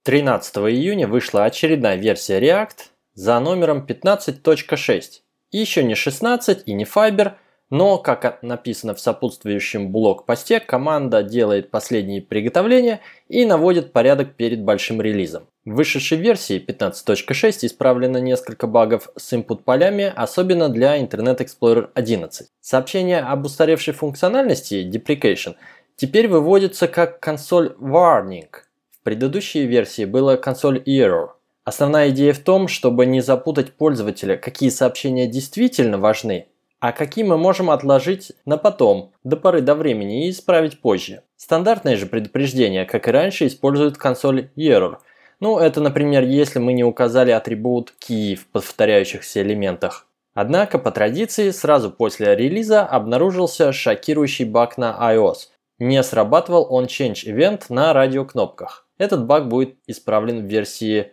13 июня вышла очередная версия React за номером 15.6. И еще не 16 и не Fiber, но, как написано в сопутствующем блог-посте, команда делает последние приготовления и наводит порядок перед большим релизом. В вышедшей версии 15.6 исправлено несколько багов с input-полями, особенно для Internet Explorer 11. Сообщение об устаревшей функциональности Deprecation теперь выводится как console warning. В предыдущей версии было console error. Основная идея в том, чтобы не запутать пользователя, какие сообщения действительно важны, а какие мы можем отложить на потом, до поры до времени, и исправить позже. Стандартные же предупреждения, как и раньше, используют console error. Это, например, если мы не указали атрибут key в повторяющихся элементах. Однако, по традиции, сразу после релиза обнаружился шокирующий баг на iOS. Не срабатывал on-change event на радиокнопках. Этот баг будет исправлен в версии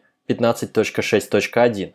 15.6.1.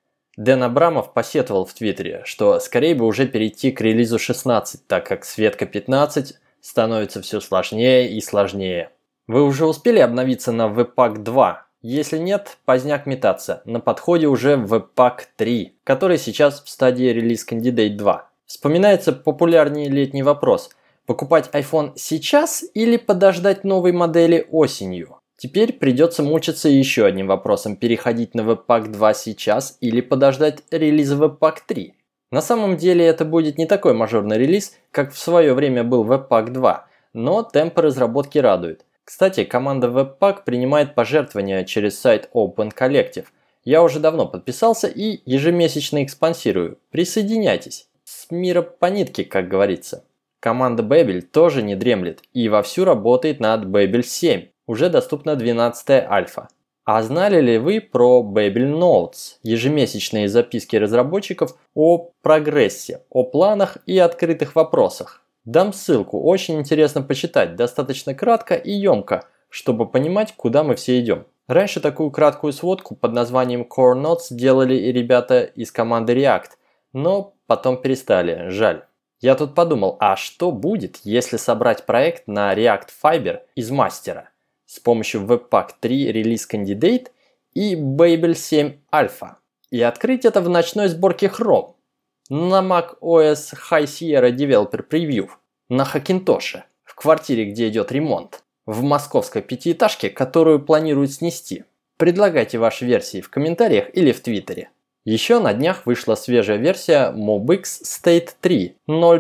Дэн Абрамов посетовал в Твиттере, что скорее бы уже перейти к релизу 16, так как с ветка 15 становится все сложнее и сложнее. Вы уже успели обновиться на Webpack 2? Если нет, поздняк метаться. На подходе уже Webpack 3, который сейчас в стадии Release Candidate 2. Вспоминается популярный летний вопрос: покупать iPhone сейчас или подождать новой модели осенью? Теперь придется мучиться еще одним вопросом: переходить на Webpack 2 сейчас или подождать релиза Webpack 3. На самом деле это будет не такой мажорный релиз, как в свое время был Webpack 2, но темпы разработки радуют. Кстати, команда Webpack принимает пожертвования через сайт Open Collective. Я уже давно подписался и ежемесячно их спонсирую. Присоединяйтесь. С мира по нитке, как говорится. Команда Babel тоже не дремлет и вовсю работает над Babel 7. Уже доступна 12-я альфа. А знали ли вы про Babel Notes, ежемесячные записки разработчиков о прогрессе, о планах и открытых вопросах? Дам ссылку, очень интересно почитать, достаточно кратко и емко, чтобы понимать, куда мы все идем. Раньше такую краткую сводку под названием Core Notes делали и ребята из команды React, но потом перестали, жаль. Я тут подумал, а что будет, если собрать проект на React Fiber из мастера с помощью Webpack 3 Release Candidate и Babel 7 Alpha и открыть это в ночной сборке Chrome, на macOS High Sierra Developer Preview, на Hackintosh, в квартире, где идет ремонт, в московской пятиэтажке, которую планируют снести. Предлагайте ваши версии в комментариях или в Твиттере. Еще на днях вышла свежая версия MobX State 3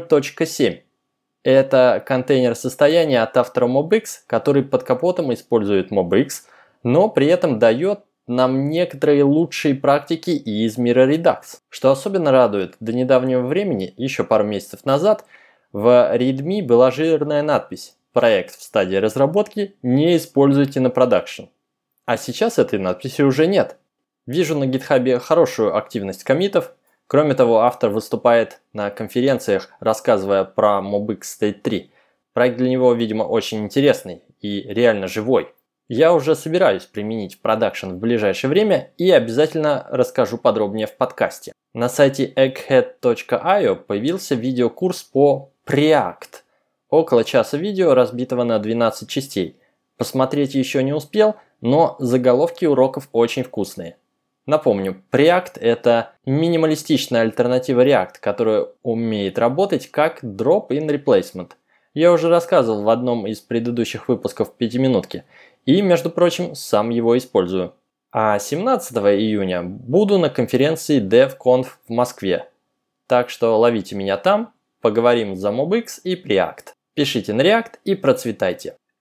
0.7. Это контейнер состояния от автора MobX, который под капотом использует MobX, но при этом дает нам некоторые лучшие практики из мира Redux. Что особенно радует, до недавнего времени, еще пару месяцев назад, в README была жирная надпись: проект в стадии разработки, не используйте на продакшн. А сейчас этой надписи уже нет. Вижу на GitHub хорошую активность коммитов. Кроме того, автор выступает на конференциях, рассказывая про MobX State 3. Проект для него, видимо, очень интересный и реально живой. Я уже собираюсь применить в продакшн в ближайшее время и обязательно расскажу подробнее в подкасте. На сайте egghead.io появился видеокурс по Preact. Около часа видео, разбитого на 12 частей. Посмотреть еще не успел, но заголовки уроков очень вкусные. Напомню, Preact – это минималистичная альтернатива React, которая умеет работать как drop-in replacement. Я уже рассказывал в одном из предыдущих выпусков «Пятиминутки». И, между прочим, сам его использую. А 17 июня буду на конференции DevConf в Москве. Так что ловите меня там, поговорим за MobX и Preact. Пишите на React и процветайте.